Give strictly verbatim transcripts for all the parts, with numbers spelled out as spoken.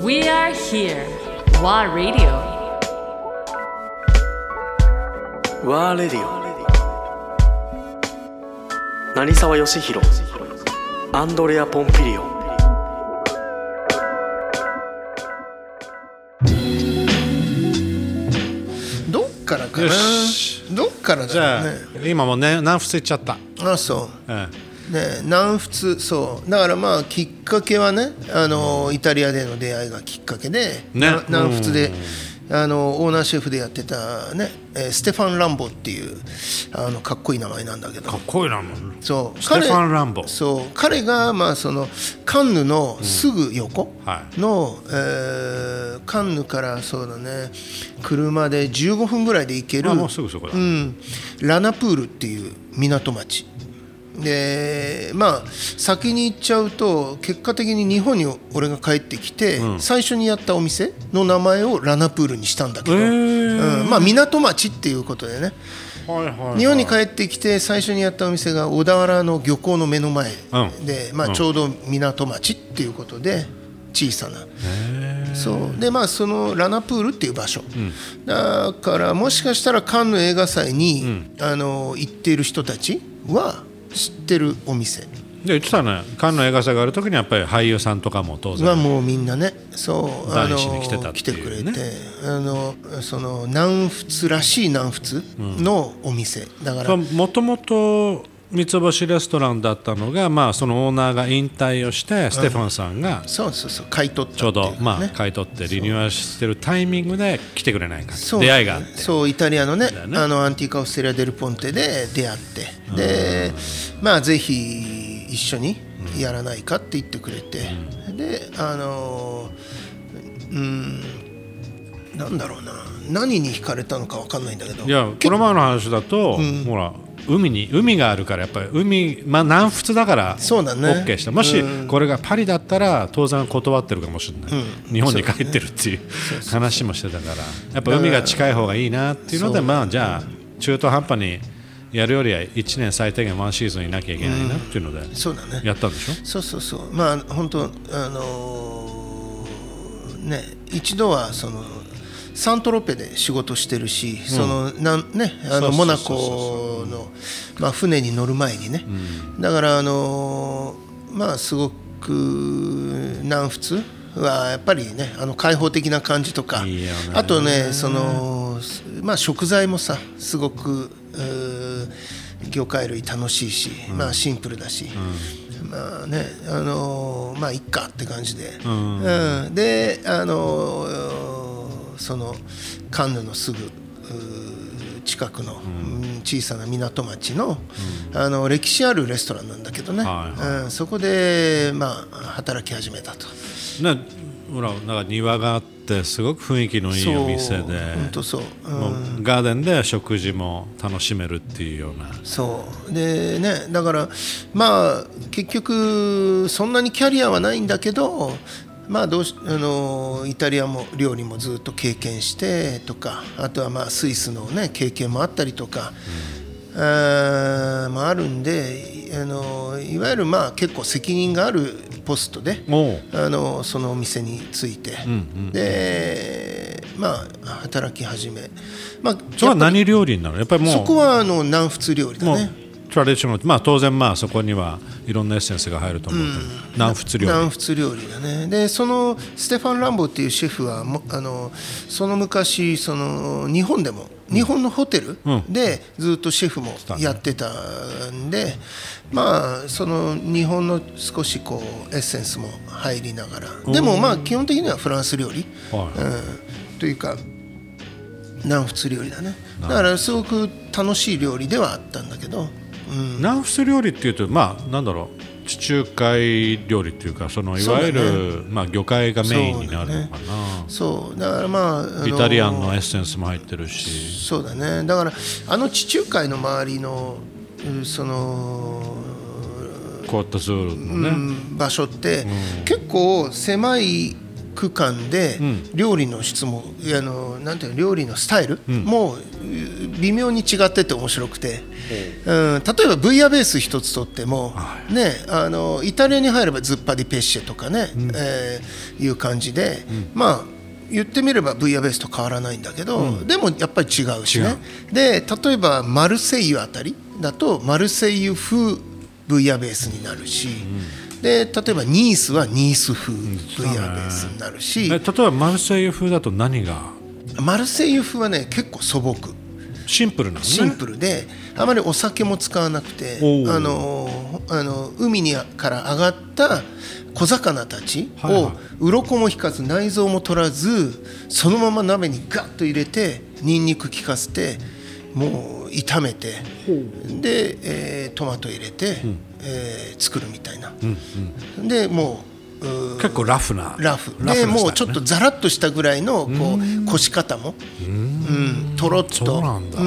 We are here. WA Radio. WA Radio。成沢義弘、アンドレア・ポンピリオン。 どっからかな。どっからだろうね。 じゃあ今もうね南仏行っちゃった。 あ、そう。 ええ、 ね、南仏、そうだからまあきっかけはね、あのイタリアでの出会いがきっかけで、 ね、 南仏であのオーナーシェフでやってたね、えー、ステファン・ランボっていうあのかっこいい名前なんだけど、 かっこいいな。 そうステファン・ランボ。 そう彼がまあそのカンヌのすぐ横の、 うん、 はい、えー、カンヌからそうだね車でじゅうごふんぐらいで行ける、 あ、もうすぐそこだ、 うん、ラナプールっていう港町で、まあ先に行っちゃうと結果的に日本に俺が帰ってきて、うん、最初にやったお店の名前をラナプールにしたんだけど、えーうん、まあ港町っていうことでね、はいはいはい、日本に帰ってきて最初にやったお店が小田原の漁港の目の前で、うん、まあ、ちょうど港町っていうことで小さな、そうで、まあ、そのラナプールっていう場所、うん、だからもしかしたらカンヌ映画祭に、うん、あの行っている人たちは知ってるお店で言ってたね。カンヌ映画祭がある時にやっぱり俳優さんとかも当然はもうみんなね、そうあの来てたっていうね、 来てくれて、あのその南仏らしい南仏のお店、うん、だからもともと三つ星レストランだったのが、まあ、そのオーナーが引退をしてステファンさんがそうそうそう買い取ったちょうどまあ買い取ってリニューアルしてるタイミングで来てくれないか出会いがあって、 そうイタリアのね、あのアンティーカオステリアデルポンテで出会って、でまあぜひ一緒にやらないかって言ってくれて、うん、であのうんなんだろうな、何に惹かれたのか分かんないんだけど、 いやこの前の話だと、うん、ほら海に海があるからやっぱり海、まあ、南仏だからそうだね OK した。もしこれがパリだったら当然断ってるかもしれない、うん、日本に帰ってるっていう話もしてたから、やっぱ海が近い方がいいなっていうので、まあじゃあ中途半端にやるよりはいちねん最低限ワンシーズンいなきゃいけないなっていうのでやったんでしょ、うん、 そうそうそう、まあ本当あのー、ね一度はそのサントロペで仕事してるし、うん、そのなんねあのモナコのまあ船に乗る前にね、うん、だからあのまあすごく南仏はやっぱりねあの開放的な感じとか、いいよね、あとねそのまあ食材もさすごく魚介類楽しいし、うん、まあシンプルだし、うん、まあねあのまあいっかって感じで、うんうん、であのそのカンヌのすぐ近くの小さな港町 の,、うん、あの歴史あるレストランなんだけどね、はいはい、うん、そこで、まあ、働き始めたと。 ね、ほらなんか庭があってすごく雰囲気のいいお店で、 本当そう、うん、 もうガーデンで食事も楽しめるっていうような。 そうでね、だからまあ結局そんなにキャリアはないんだけど、まあ、どうしあのイタリアも料理もずっと経験してとか、あとはまあスイスの、ね、経験もあったりとか、うん、あ, まあ、あるんで、あのいわゆるまあ結構責任があるポストであのそのお店について、うんうん、で、まあ、働き始め、まあ、 それは何料理になる？やっぱりもうそこはあの南仏料理だね。 トラディショナル、まあ、当然まあそこにはいろんなエッセンスが入ると思うけど、うん、南仏料理南仏料理だね。でそのステファン・ランボっていうシェフはもあのその昔その日本でも、うん、日本のホテルでずっとシェフもやってたんで、うん、まあその日本の少しこうエッセンスも入りながら、でもまあ基本的にはフランス料理、はい、うん、というか南仏料理だね。だからすごく楽しい料理ではあったんだけど、うん、 南仏料理っていうと、まあ、なんだろう、地中海料理っていうか、そのいわゆる、ね、まあ、魚介がメインになるのかな。 そうだね、そうだからまあ、あのイタリアンのエッセンスも入ってるし、 そうだね。だからあの地中海の周りのそのコートズールのね、 うん、場所って、うん、結構狭い区間で料理の質も、あのなんていうの料理のスタイルも微妙に違ってて面白くて、うん、例えばブイヤベース一つとっても、ね、あのイタリアに入ればズッパディペッシェとかね、うんえー、いう感じで、うん、まあ言ってみればブイヤベースと変わらないんだけど、うん、でもやっぱり違うしね。で例えばマルセイユあたりだとマルセイユ風ブイヤベースになるし、うん、で例えばニースはニース風ブイヤベースになるし、うんね、 例えばマルセイユ風だと何が？ マルセイユ風はね結構素朴シンプルなのね。 シンプルであまりお酒も使わなくて、あのあの海にから上がった小魚たちを鱗も引かず内臓も取らずそのまま鍋にガッと入れてニンニク効かせてもう炒めてで、えー、トマト入れて、うんえー、作るみたいな、うんうん、でもう結構ラフなラフでもうちょっとザラッとしたぐらいのこうこし方もうん、とろっとそうなんだ、 うん、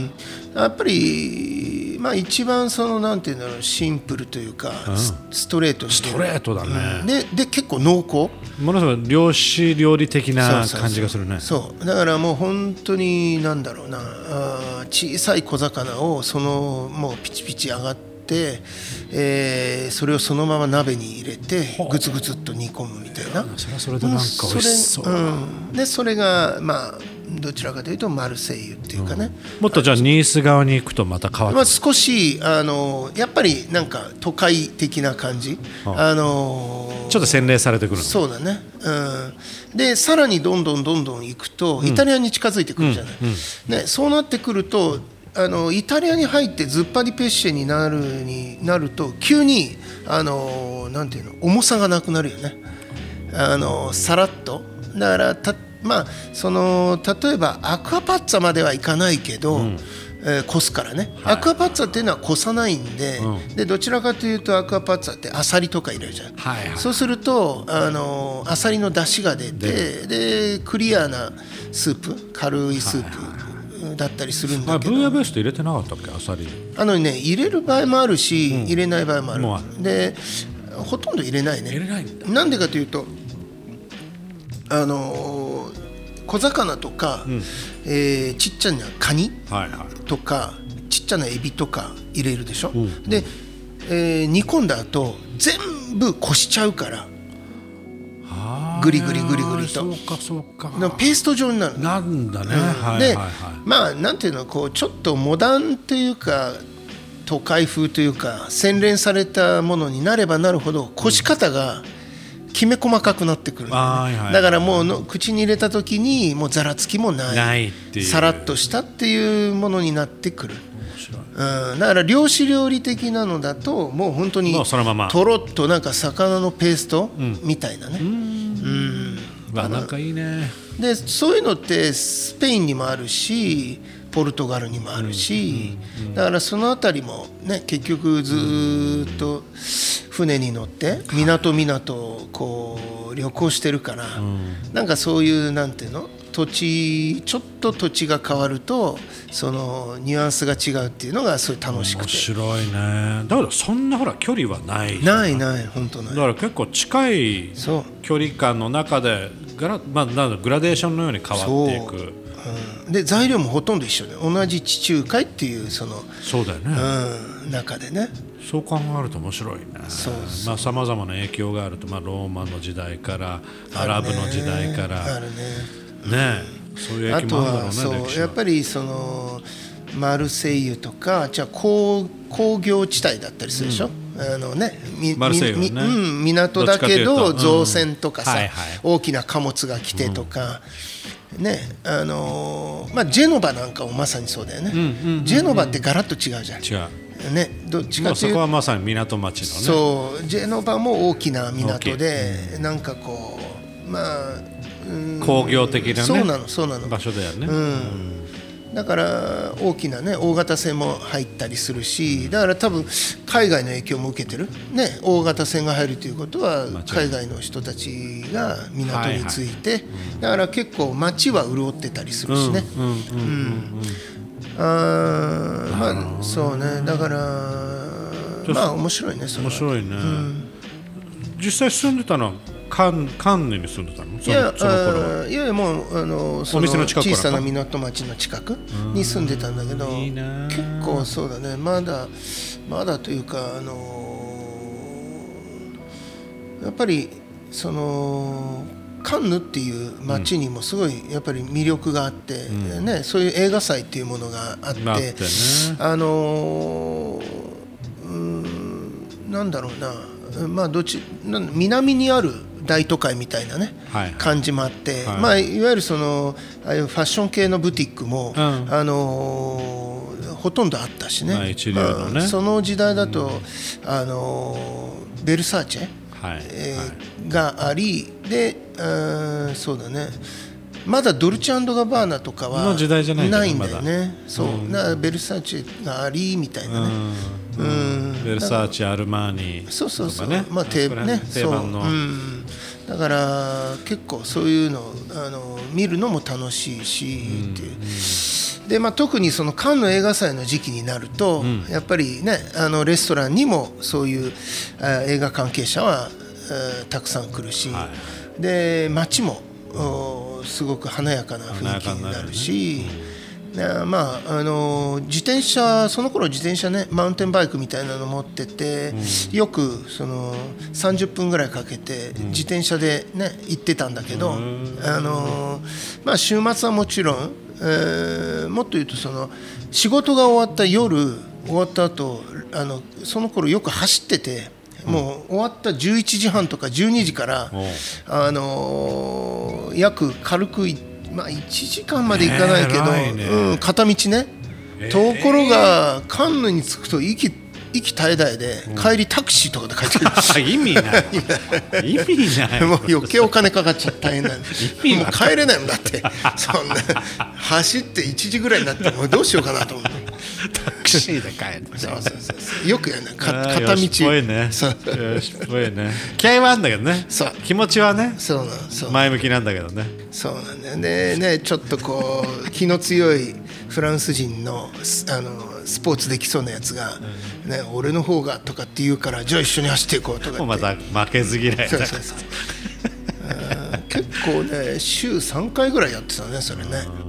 やっぱりまあ一番そのなんていうんだろうシンプルというか、うん、ストレートストレートだね、 うん、で, で結構濃厚ものすごい漁師料理的な感じがするね。 そうそうそうそうだからもう本当になんだろうなあ小さい小魚をそのもうピチピチ上がってでえー、それをそのまま鍋に入れてグツグツっと煮込むみたいな。 それはそれでなんか美味しそう、 うん、でそれがまあどちらかというとマルセイユっていうかね、 うん、もっとじゃあニース側に行くとまた変わって、 まあ、少しあのやっぱりなんか都会的な感じ、あのー、 ちょっと洗練されてくるの。 そうだね、うん、でさらにどんどんどんどん行くとイタリアに近づいてくるじゃない、うんうんうんね、そうなってくるとあのイタリアに入ってズッパディペッシェになるになると急にあのなんていうの重さがなくなるよね。あのさらっとだからた、まあ、その例えばアクアパッツァまではいかないけど、うんえー、こすからね、はい、アクアパッツァっていうのはこさないんで、うん、でどちらかというとアクアパッツァってアサリとか入れるじゃん、はいはい、そうするとあのアサリの出汁が出てでクリアなスープ軽いスープ、はいはいだったりするんだけど、 ブイヤベースって入れてなかったっけアサリ。 あのね入れる場合もあるし、うん、入れない場合もある。もうでほとんど入れないね。 入れないんだ。 なんでかというとあのー、小魚とか、うんえー、ちっちゃなカニとか、はいはい、ちっちゃなエビとか入れるでしょ、うん、で、えー、煮込んだ後全部こしちゃうからグリグリグリグリとそうかそうかペースト状になるなんだね、 うんはいで、 はいはい、 まあなんていうのこうちょっとモダンというか都会風というか洗練されたものになればなるほどこし方がきめ細かくなってくる、ねはいはい、だからもうの口に入れた時にもうざらつきもない、 ないっていうさらっとしたっていうものになってくる。うん、だから漁師料理的なのだともう本当にとろっとなんか魚のペーストみたいなね、うんうんわなんかいいね。 でそういうのってスペインにもあるしポルトガルにもあるし、うんうんうん、だからそのあたりもね結局ずっと船に乗って港港をこう旅行してるから、うん、なんかそういうなんていうの土地ちょっと土地が変わるとそのニュアンスが違うっていうのがすごい楽しくて面白いね。だからそんなほら距離はないないない本当ない。 だから結構近い距離感の中でグラ、まあ、なんだグラデーションのように変わっていく、 うん、で材料もほとんど一緒で同じ地中海っていうそのそうだよね、 うん、中でねそう考えると面白いね。さまざまな影響があると、まあ、ローマの時代からアラブの時代からあるねね、そういう影響もあるだろうね。 あとはそうやっぱりそのマルセイユとかじゃあ工, 工業地帯だったりするでしょ、うん、あのねマルセイユはね、 うん、港だけど造船とかさ、うんはいはい、大きな貨物が来てとか、うんねあのーまあ、ジェノバなんかもまさにそうだよね、うんうんうんうん、ジェノバってガラッと違うじゃん。 違うね、どっちかというとそこはまさに港町のね。 そうジェノバも大きな港で、うん、なんかこうまあ工業的な、ね、 そうなのそうなの場所だよね、 うんうん、だから大きな、ね、大型船も入ったりするしだから多分海外の影響も受けてる、ね、大型船が入るということは海外の人たちが港に着いて、はいはい、だから結構街は潤ってたりするしねあまあそうねだからまあ面白いねそれは面白いね、うん、実際住んでたのはカンカンヌに住んでたの？そのいやその頃は。 あいやいやもうあのそおの店の近くから小さな港町の近くに住んでたんだけど、 いいな結構そうだね、まだまだというかあのやっぱりそのカンヌっていう街にもすごいやっぱり魅力があって、うんね、そういう映画祭っていうものがあって、 あってね、 あのうーんなんだろうな、まあどっちなん南にある大都会みたいなね、 はい、 感じもあって、 はい、 まあ、いわゆるそのああいうファッション系のブティックも、 うん、 あのほとんどあったしね、 まあ一流のね、 まあ、その時代だと、うん、あのベルサーチェ、はいえー、がありで、うん、そうだね、まだドルチェ&ガバーナとかはないんだよね、そう、うん、なベルサーチェがありみたいなね、 うん、ベルサーチェ、アルマーニとかね、 そうそうそう、まあ定番ね、 定番の、 そう、うん、だから結構そういうのあの見るのも楽しいしっていう、うん、でまあ、特にそのカンヌ映画祭の時期になると、うん、やっぱりねあのレストランにもそういう映画関係者はたくさん来るし、はい、で街もすごく華やかな雰囲気になるし、まあ、あの自転車その頃自転車ねマウンテンバイクみたいなの持ってて、うん、よくそのさんじゅっぷんぐらいかけて自転車で、ね、行ってたんだけど、うん、あのまあ、週末はもちろん、えー、もっと言うとその仕事が終わった夜終わった後あのその頃よく走ってて、もう終わったじゅういちじはんとかじゅうにじから、あのー、約軽くまあ、いちじかんまで行かないけど、ねうん、片道ね、えー、ところがカンヌに着くと息息絶え絶えで、うん、帰りタクシーとかで帰ってくる意味ない意味ないもう余計お金かかっちゃった大変なんでもう帰れないもんだってそんな走っていちじぐらいになってもうどうしようかなと思ってタクシーで帰るそうそうそうよくやるな片道よしっぽいねよしっぽいね気合はあるんだけどねそう気持ちはねそうなんそう前向きなんだけどねそうなんだよねねちょっとこう気の強いフランス人のあのスポーツできそうなやつが、ね、俺の方がとかって言うからじゃあ一緒に走っていこうとかってまた負けず嫌いだそうそうそう結構ね週さんかいぐらいやってたねそれね